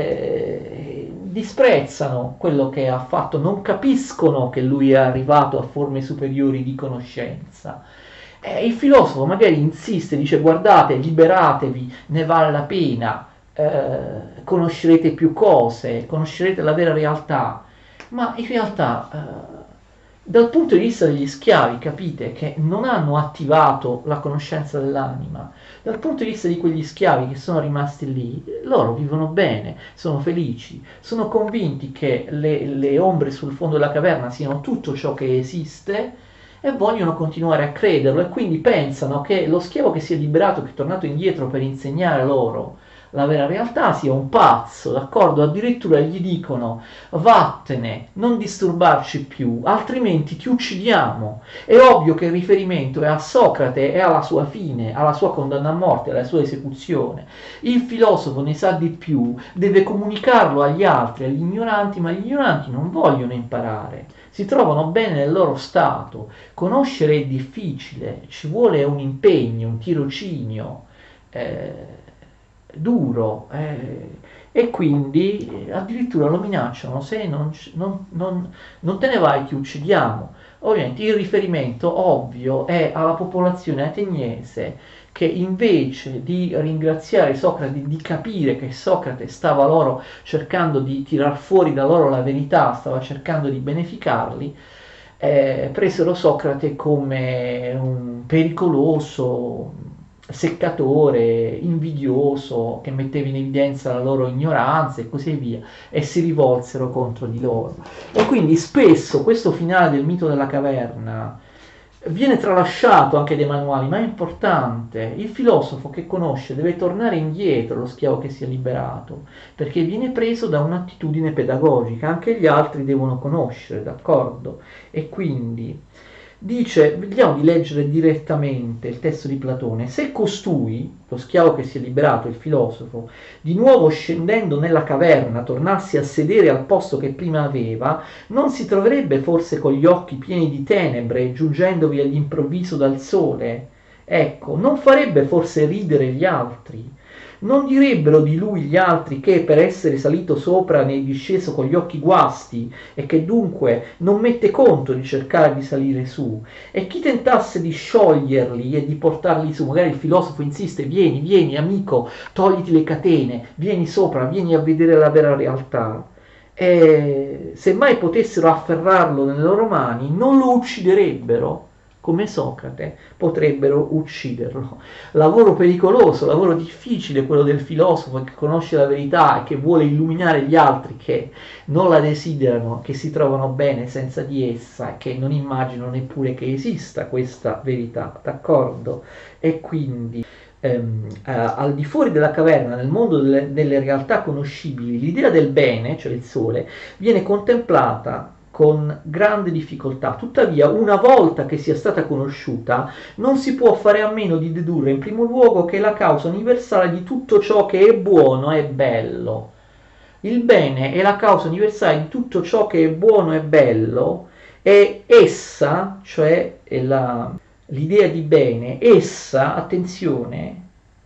Speaker 1: eh, disprezzano quello che ha fatto, non capiscono che lui è arrivato a forme superiori di conoscenza. Eh, il filosofo magari insiste, dice: guardate, liberatevi, ne vale la pena. Eh, conoscerete più cose, conoscerete la vera realtà, ma in realtà eh, dal punto di vista degli schiavi, capite che non hanno attivato la conoscenza dell'anima. Dal punto di vista di quegli schiavi che sono rimasti lì, loro vivono bene, sono felici, sono convinti che le, le ombre sul fondo della caverna siano tutto ciò che esiste e vogliono continuare a crederlo, e quindi pensano che lo schiavo che si è liberato, che è tornato indietro per insegnare loro la vera realtà, sia un pazzo, d'accordo? Addirittura gli dicono: vattene, non disturbarci più, altrimenti ti uccidiamo. È ovvio che il riferimento è a Socrate e alla sua fine, alla sua condanna a morte, alla sua esecuzione. Il filosofo ne sa di più, deve comunicarlo agli altri, agli ignoranti, ma gli ignoranti non vogliono imparare, si trovano bene nel loro stato. Conoscere è difficile, ci vuole un impegno, un tirocinio eh, duro, eh, e quindi addirittura lo minacciano: se non, non, non, non te ne vai ti uccidiamo. Ovviamente il riferimento ovvio è alla popolazione ateniese, che invece di ringraziare Socrate, di capire che Socrate stava loro cercando di tirar fuori da loro la verità, stava cercando di beneficarli, eh, presero Socrate come un pericoloso seccatore, invidioso, che metteva in evidenza la loro ignoranza e così via, e si rivolsero contro di loro. E quindi spesso questo finale del mito della caverna viene tralasciato anche dai manuali, ma è importante. Il filosofo che conosce deve tornare indietro, lo schiavo che si è liberato, perché viene preso da un'attitudine pedagogica. Anche gli altri devono conoscere, d'accordo? E quindi dice, vediamo di leggere direttamente il testo di Platone: se costui, lo schiavo che si è liberato, il filosofo, di nuovo scendendo nella caverna tornasse a sedere al posto che prima aveva, non si troverebbe forse con gli occhi pieni di tenebre, giungendovi all'improvviso dal sole? Ecco, non farebbe forse ridere gli altri? Non direbbero di lui gli altri che per essere salito sopra ne è disceso con gli occhi guasti e che dunque non mette conto di cercare di salire su? E chi tentasse di scioglierli e di portarli su, magari il filosofo insiste: vieni, vieni amico, togliti le catene, vieni sopra, vieni a vedere la vera realtà. e se mai potessero afferrarlo nelle loro mani, non lo ucciderebbero, come Socrate, potrebbero ucciderlo. Lavoro pericoloso, lavoro difficile quello del filosofo che conosce la verità e che vuole illuminare gli altri che non la desiderano, che si trovano bene senza di essa e che non immaginano neppure che esista questa verità, d'accordo? E quindi ehm, eh, al di fuori della caverna, nel mondo delle, delle realtà conoscibili, l'idea del bene, cioè il sole, viene contemplata con grande difficoltà. Tuttavia, una volta che sia stata conosciuta, non si può fare a meno di dedurre in primo luogo che è la causa universale di tutto ciò che è buono e bello. Il bene è la causa universale di tutto ciò che è buono e bello, e essa, cioè è la, l'idea di bene, essa, attenzione,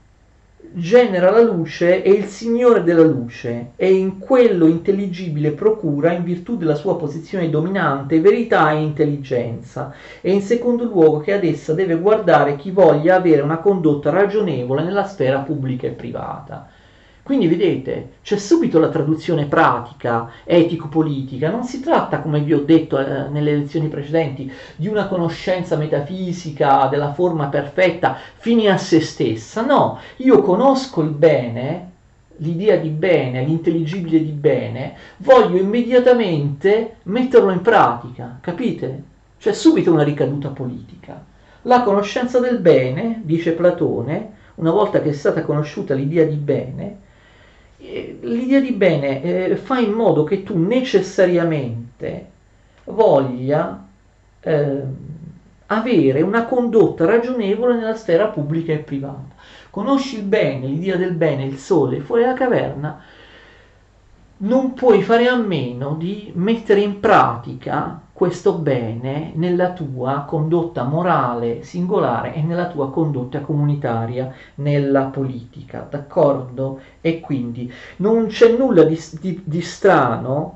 Speaker 1: genera la luce, è il Signore della luce, e in quello intelligibile procura, in virtù della sua posizione dominante, verità e intelligenza, e in secondo luogo che ad essa deve guardare chi voglia avere una condotta ragionevole nella sfera pubblica e privata. Quindi vedete, c'è subito la traduzione pratica, etico-politica, non si tratta, come vi ho detto eh, nelle lezioni precedenti, di una conoscenza metafisica della forma perfetta fine a se stessa, no, io conosco il bene, l'idea di bene, l'intelligibile di bene, voglio immediatamente metterlo in pratica, capite? C'è subito una ricaduta politica. La conoscenza del bene, dice Platone, una volta che è stata conosciuta l'idea di bene, l'idea di bene eh, fa in modo che tu necessariamente voglia eh, avere una condotta ragionevole nella sfera pubblica e privata. Conosci il bene, l'idea del bene, il sole fuori dalla caverna, non puoi fare a meno di mettere in pratica questo bene nella tua condotta morale singolare e nella tua condotta comunitaria nella politica, d'accordo? E quindi non c'è nulla di, di, di strano,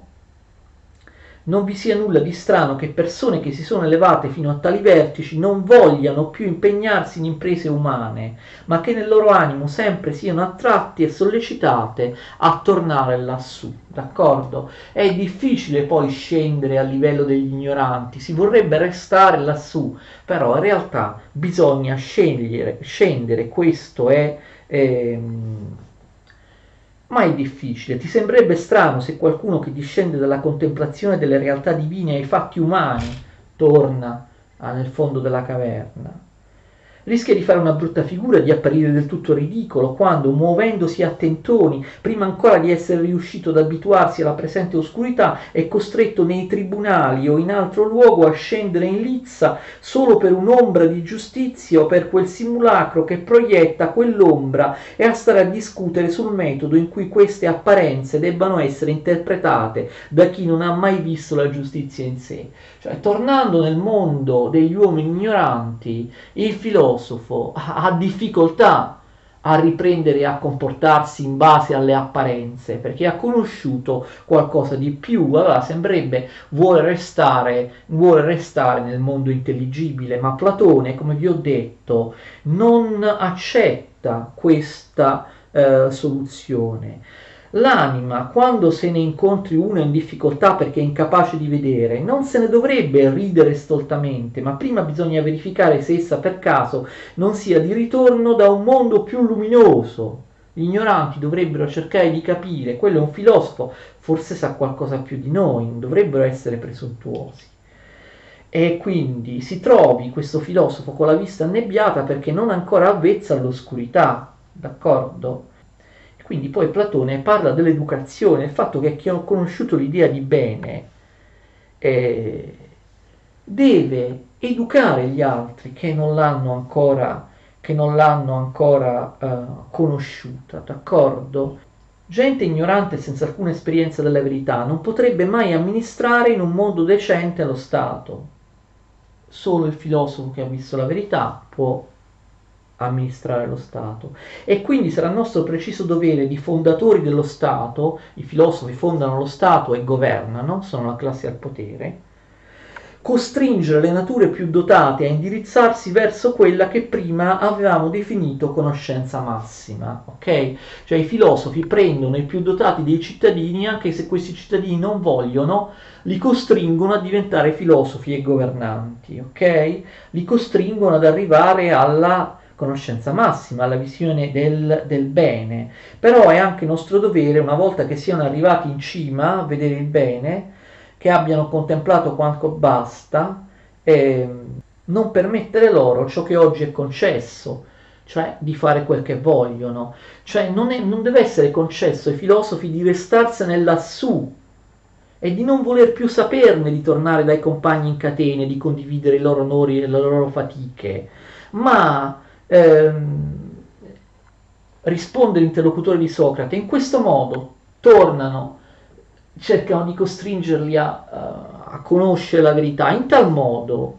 Speaker 1: non vi sia nulla di strano che persone che si sono elevate fino a tali vertici non vogliano più impegnarsi in imprese umane, ma che nel loro animo sempre siano attratti e sollecitate a tornare lassù, d'accordo? È difficile poi scendere a livello degli ignoranti, si vorrebbe restare lassù, però in realtà bisogna scegliere, scendere, questo è... Ehm, ma è difficile. Ti sembrerebbe strano se qualcuno che discende dalla contemplazione delle realtà divine ai fatti umani torna ah, nel fondo della caverna. Rischia di fare una brutta figura, di apparire del tutto ridicolo quando, muovendosi a tentoni, prima ancora di essere riuscito ad abituarsi alla presente oscurità, è costretto nei tribunali o in altro luogo a scendere in lizza solo per un'ombra di giustizia o per quel simulacro che proietta quell'ombra, e a stare a discutere sul metodo in cui queste apparenze debbano essere interpretate da chi non ha mai visto la giustizia in sé. Cioè, tornando nel mondo degli uomini ignoranti, il filosofo ha difficoltà a riprendere e a comportarsi in base alle apparenze, perché ha conosciuto qualcosa di più. Allora sembrerebbe vuole restare, vuole restare nel mondo intelligibile, ma Platone, come vi ho detto, non accetta questa eh, soluzione. L'anima, quando se ne incontri una in difficoltà perché è incapace di vedere, non se ne dovrebbe ridere stoltamente, ma prima bisogna verificare se essa per caso non sia di ritorno da un mondo più luminoso. Gli ignoranti dovrebbero cercare di capire, quello è un filosofo, forse sa qualcosa più di noi, non dovrebbero essere presuntuosi. E quindi si trovi questo filosofo con la vista annebbiata perché non ancora avvezza all'oscurità, d'accordo? Quindi poi Platone parla dell'educazione, il fatto che chi ha conosciuto l'idea di bene eh, deve educare gli altri che non l'hanno ancora, che non l'hanno ancora eh, conosciuta, d'accordo? Gente ignorante senza alcuna esperienza della verità non potrebbe mai amministrare in un mondo decente lo Stato. Solo il filosofo che ha visto la verità può amministrare lo Stato, e quindi sarà nostro preciso dovere di fondatori dello Stato, i filosofi fondano lo Stato e governano, sono la classe al potere, costringere le nature più dotate a indirizzarsi verso quella che prima avevamo definito conoscenza massima, ok? Cioè i filosofi prendono i più dotati dei cittadini, anche se questi cittadini non vogliono, li costringono a diventare filosofi e governanti, ok? Li costringono ad arrivare alla conoscenza massima, alla visione del, del bene. Però è anche nostro dovere, una volta che siano arrivati in cima a vedere il bene, che abbiano contemplato quanto basta, eh, non permettere loro ciò che oggi è concesso, cioè di fare quel che vogliono. Cioè non, è, non deve essere concesso ai filosofi di restarsene lassù e di non voler più saperne di tornare dai compagni in catene, di condividere i loro onori e le loro fatiche, ma ehm, risponde l'interlocutore di Socrate, in questo modo tornano, cercano di costringerli a, a conoscere la verità, in tal modo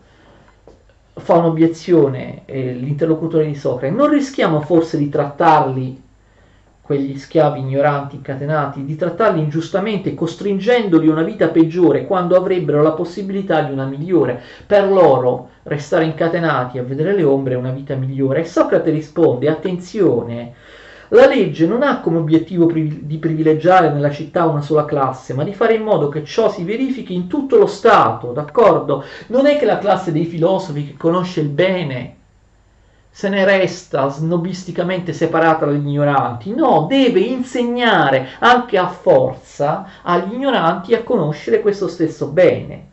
Speaker 1: fa un'obiezione eh, l'interlocutore di Socrate, non rischiamo forse di trattarli, quegli schiavi ignoranti, incatenati, di trattarli ingiustamente, costringendoli a una vita peggiore quando avrebbero la possibilità di una migliore. Per loro restare incatenati a vedere le ombre è una vita migliore. E Socrate risponde, attenzione, la legge non ha come obiettivo di privilegiare nella città una sola classe, ma di fare in modo che ciò si verifichi in tutto lo Stato, d'accordo? Non è che la classe dei filosofi che conosce il bene se ne resta snobisticamente separata dagli ignoranti, no, deve insegnare anche a forza agli ignoranti a conoscere questo stesso bene.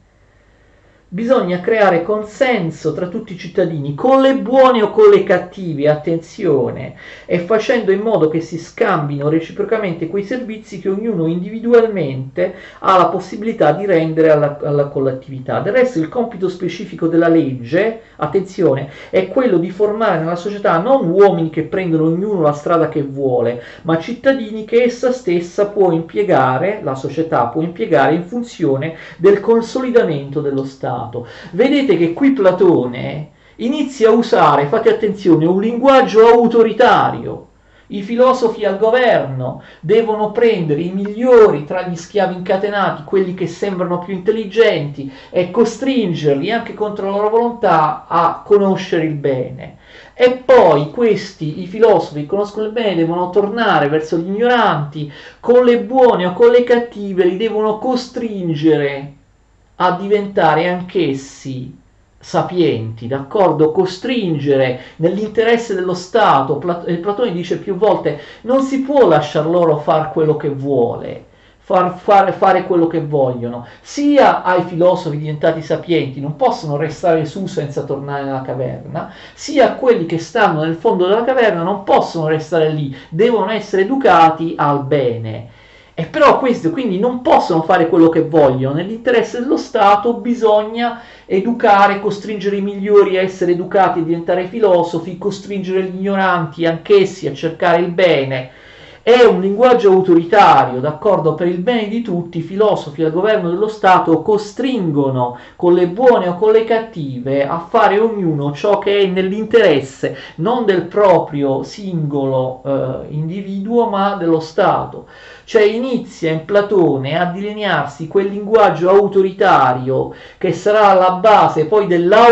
Speaker 1: Bisogna creare consenso tra tutti i cittadini, con le buone o con le cattive, attenzione, e facendo in modo che si scambino reciprocamente quei servizi che ognuno individualmente ha la possibilità di rendere alla, alla collettività. Del resto il compito specifico della legge, attenzione, è quello di formare nella società non uomini che prendono ognuno la strada che vuole, ma cittadini che essa stessa può impiegare, la società può impiegare in funzione del consolidamento dello Stato. Vedete che qui Platone inizia a usare, fate attenzione, un linguaggio autoritario. I filosofi al governo devono prendere i migliori tra gli schiavi incatenati, quelli che sembrano più intelligenti, e costringerli anche contro la loro volontà a conoscere il bene. E poi questi, i filosofi che conoscono il bene, devono tornare verso gli ignoranti, con le buone o con le cattive, li devono costringere a diventare anch'essi sapienti, d'accordo? Costringere nell'interesse dello Stato. Plat- Platone dice più volte, non si può lasciar loro fare quello che vuole, far fare, fare quello che vogliono, sia ai filosofi diventati sapienti, non possono restare su senza tornare nella caverna, sia a quelli che stanno nel fondo della caverna non possono restare lì, devono essere educati al bene. E però questi quindi non possono fare quello che vogliono, nell'interesse dello Stato bisogna educare, costringere i migliori a essere educati e diventare filosofi, costringere gli ignoranti anch'essi a cercare il bene. È un linguaggio autoritario, d'accordo? Per il bene di tutti, i filosofi al governo dello Stato costringono con le buone o con le cattive a fare ognuno ciò che è nell'interesse non del proprio singolo eh, individuo, ma dello Stato. Cioè inizia in Platone a delinearsi quel linguaggio autoritario che sarà alla base poi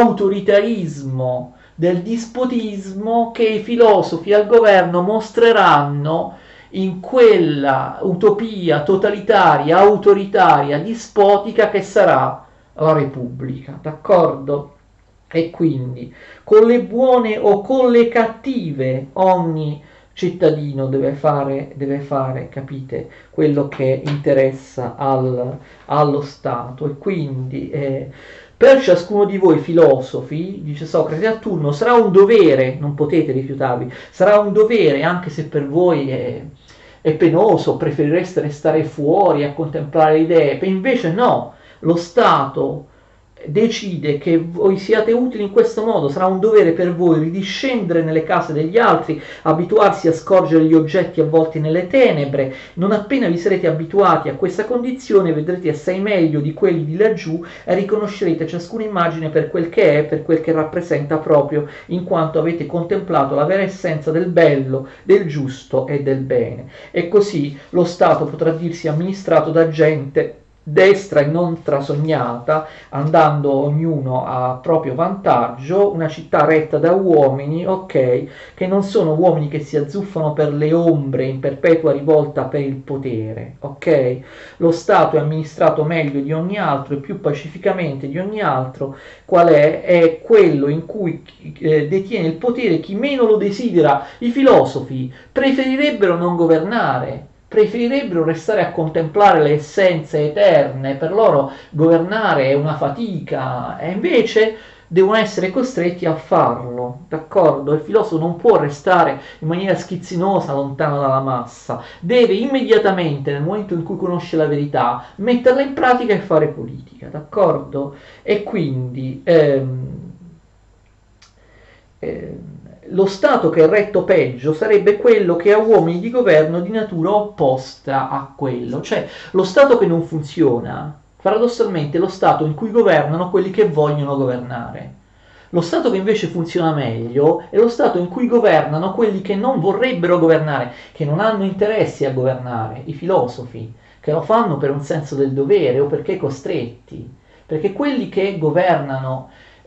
Speaker 1: dell'autoritarismo, del dispotismo che i filosofi al governo mostreranno in quella utopia totalitaria, autoritaria, dispotica che sarà la Repubblica, d'accordo? E quindi con le buone o con le cattive ogni cittadino deve fare, deve fare, capite, quello che interessa al, allo Stato. E quindi eh, per ciascuno di voi filosofi, dice Socrate a turno, sarà un dovere, non potete rifiutarvi, sarà un dovere, anche se per voi è, è penoso, preferireste restare fuori a contemplare le idee, e invece no, lo Stato decide che voi siate utili in questo modo, sarà un dovere per voi ridiscendere nelle case degli altri, abituarsi a scorgere gli oggetti avvolti nelle tenebre. Non appena vi sarete abituati a questa condizione vedrete assai meglio di quelli di laggiù e riconoscerete ciascuna immagine per quel che è, per quel che rappresenta proprio, in quanto avete contemplato la vera essenza del bello, del giusto e del bene. E così lo Stato potrà dirsi amministrato da gente destra e non trasognata, andando ognuno a proprio vantaggio, una città retta da uomini, ok, che non sono uomini che si azzuffano per le ombre in perpetua rivolta per il potere, ok? Lo Stato è amministrato meglio di ogni altro e più pacificamente di ogni altro. Qual è? È quello in cui eh, detiene il potere chi meno lo desidera. I filosofi preferirebbero non governare, preferirebbero restare a contemplare le essenze eterne, per loro governare è una fatica, e invece devono essere costretti a farlo, d'accordo? Il filosofo non può restare in maniera schizzinosa lontano dalla massa, deve immediatamente, nel momento in cui conosce la verità, metterla in pratica e fare politica, d'accordo? E quindi ehm, ehm, lo Stato che è retto peggio sarebbe quello che ha uomini di governo di natura opposta a quello, cioè lo Stato che non funziona, paradossalmente è lo Stato in cui governano quelli che vogliono governare. Lo Stato che invece funziona meglio è lo Stato in cui governano quelli che non vorrebbero governare, che non hanno interessi a governare, i filosofi, che lo fanno per un senso del dovere o perché costretti, perché quelli che governano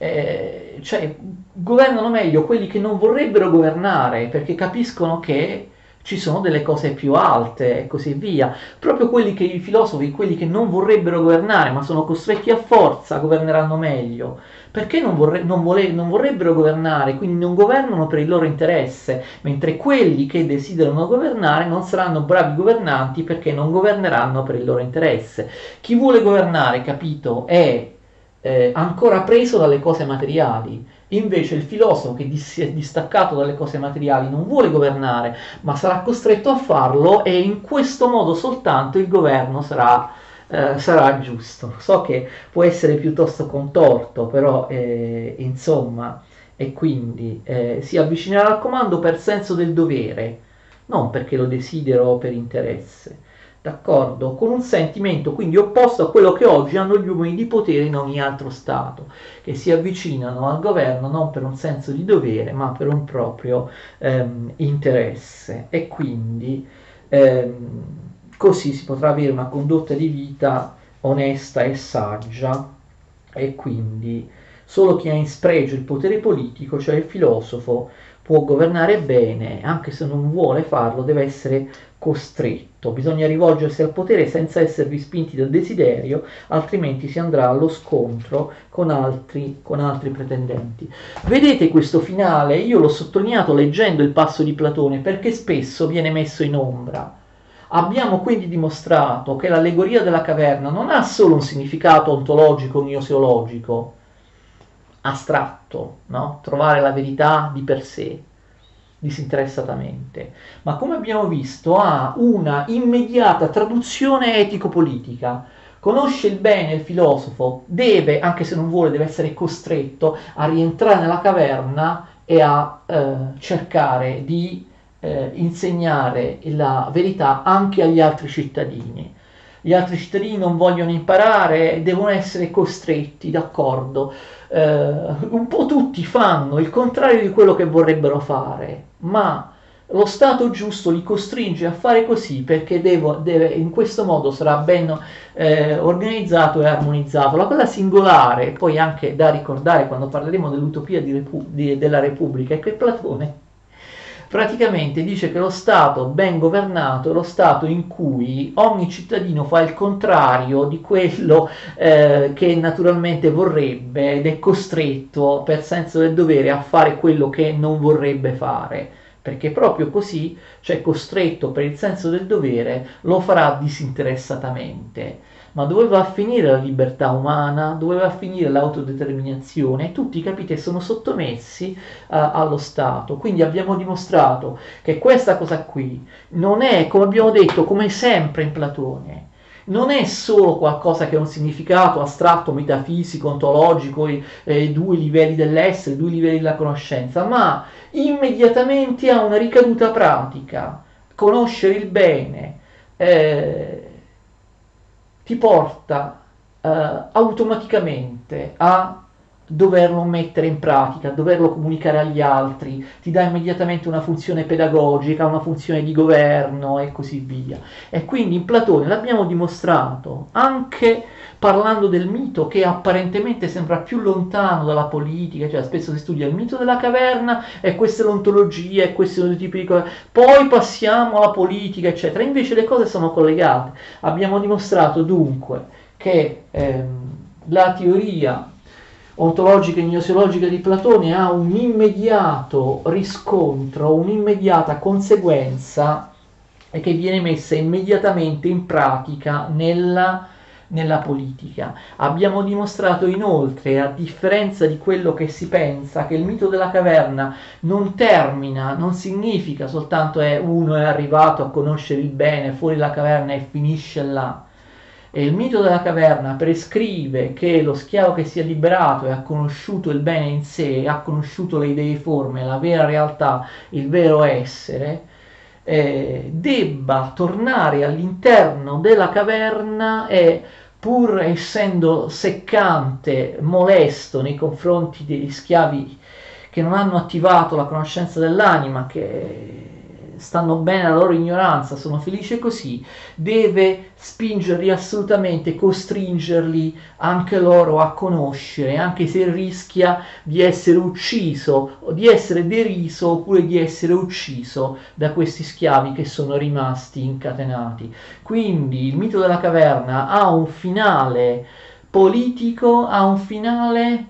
Speaker 1: eh, cioè governano meglio quelli che non vorrebbero governare perché capiscono che ci sono delle cose più alte e così via. Proprio quelli che i filosofi, quelli che non vorrebbero governare ma sono costretti a forza, governeranno meglio. Perché non, vorre- non, vole- non vorrebbero governare, quindi non governano per il loro interesse, mentre quelli che desiderano governare non saranno bravi governanti perché non governeranno per il loro interesse. Chi vuole governare, capito, è eh, ancora preso dalle cose materiali. Invece il filosofo che si è distaccato dalle cose materiali non vuole governare, ma sarà costretto a farlo e in questo modo soltanto il governo sarà, eh, sarà giusto. So che può essere piuttosto contorto, però eh, insomma, e quindi eh, si avvicinerà al comando per senso del dovere, non perché lo desidero o per interesse. D'accordo? Con un sentimento quindi opposto a quello che oggi hanno gli uomini di potere in ogni altro Stato, che si avvicinano al governo non per un senso di dovere, ma per un proprio ehm, interesse. E quindi ehm, così si potrà avere una condotta di vita onesta e saggia, e quindi solo chi ha in spregio il potere politico, cioè il filosofo, può governare bene, anche se non vuole farlo, deve essere costretto. Bisogna rivolgersi al potere senza esservi spinti dal desiderio, altrimenti si andrà allo scontro con altri, con altri pretendenti. Vedete questo finale? Io l'ho sottolineato leggendo il Passo di Platone perché spesso viene messo in ombra. Abbiamo quindi dimostrato che l'allegoria della caverna non ha solo un significato ontologico, gnoseologico, astratto, no? Trovare la verità di per sé, disinteressatamente, ma come abbiamo visto ha una immediata traduzione etico-politica. Conosce il bene il filosofo, deve, anche se non vuole, deve essere costretto a rientrare nella caverna e a eh, cercare di eh, insegnare la verità anche agli altri cittadini. Gli altri cittadini non vogliono imparare, devono essere costretti, d'accordo. Eh, un po' tutti fanno il contrario di quello che vorrebbero fare, ma lo Stato giusto li costringe a fare così perché devo, deve, in questo modo sarà ben eh, organizzato e armonizzato. La cosa singolare, poi anche da ricordare quando parleremo dell'utopia di Repu- di, della Repubblica, è che Platone praticamente dice che lo Stato ben governato è lo Stato in cui ogni cittadino fa il contrario di quello eh, che naturalmente vorrebbe ed è costretto per senso del dovere a fare quello che non vorrebbe fare, perché proprio così, cioè costretto per il senso del dovere, lo farà disinteressatamente. Ma dove va a finire la libertà umana? Dove va a finire l'autodeterminazione? Tutti, capite, sono sottomessi uh, allo Stato. Quindi abbiamo dimostrato che questa cosa qui non è, come abbiamo detto, come sempre in Platone, non è solo qualcosa che ha un significato astratto, metafisico, ontologico, i eh, due livelli dell'essere, i due livelli della conoscenza, ma immediatamente ha una ricaduta pratica. Conoscere il bene eh, ti porta eh, automaticamente a doverlo mettere in pratica, doverlo comunicare agli altri, ti dà immediatamente una funzione pedagogica, una funzione di governo e così via. E quindi in Platone l'abbiamo dimostrato anche parlando del mito che apparentemente sembra più lontano dalla politica, cioè spesso si studia il mito della caverna e queste l'ontologia e questi sono i tipi di cose, poi passiamo alla politica, eccetera. Invece le cose sono collegate. Abbiamo dimostrato dunque che ehm, la teoria ontologica e gnoseologica di Platone ha un immediato riscontro, un'immediata conseguenza e che viene messa immediatamente in pratica nella, nella politica. Abbiamo dimostrato inoltre, a differenza di quello che si pensa, che il mito della caverna non termina, non significa soltanto che uno è arrivato a conoscere il bene fuori la caverna e finisce là. E il mito della caverna prescrive che lo schiavo che si è liberato e ha conosciuto il bene in sé, ha conosciuto le idee forme, la vera realtà, il vero essere, eh, debba tornare all'interno della caverna e pur essendo seccante, molesto nei confronti degli schiavi che non hanno attivato la conoscenza dell'anima, che stanno bene alla loro ignoranza, sono felici così, deve spingerli assolutamente, costringerli anche loro a conoscere, anche se rischia di essere ucciso, o di essere deriso, oppure di essere ucciso da questi schiavi che sono rimasti incatenati. Quindi il mito della caverna ha un finale politico, ha un finale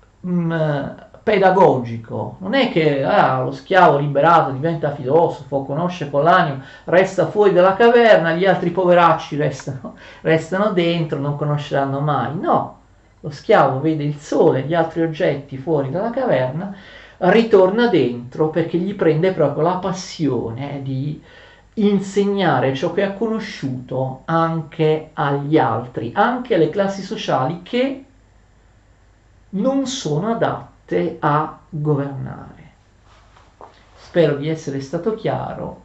Speaker 1: mh, pedagogico. Non è che ah, lo schiavo liberato diventa filosofo, conosce con l'anima, resta fuori dalla caverna, gli altri poveracci restano, restano dentro, non conosceranno mai. No, lo schiavo vede il sole, gli altri oggetti fuori dalla caverna, ritorna dentro perché gli prende proprio la passione di insegnare ciò che ha conosciuto anche agli altri, anche alle classi sociali che non sono adatte a governare. Spero di essere stato chiaro.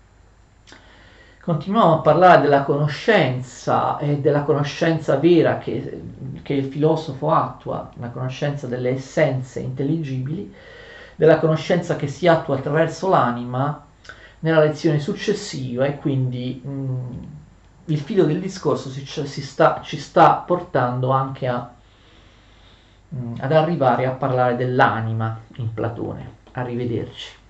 Speaker 1: Continuiamo a parlare della conoscenza e della conoscenza vera che, che il filosofo attua, la conoscenza delle essenze intelligibili, della conoscenza che si attua attraverso l'anima nella lezione successiva, e quindi mh, il filo del discorso si, si sta, ci sta portando anche a ad arrivare a parlare dell'anima in Platone. Arrivederci.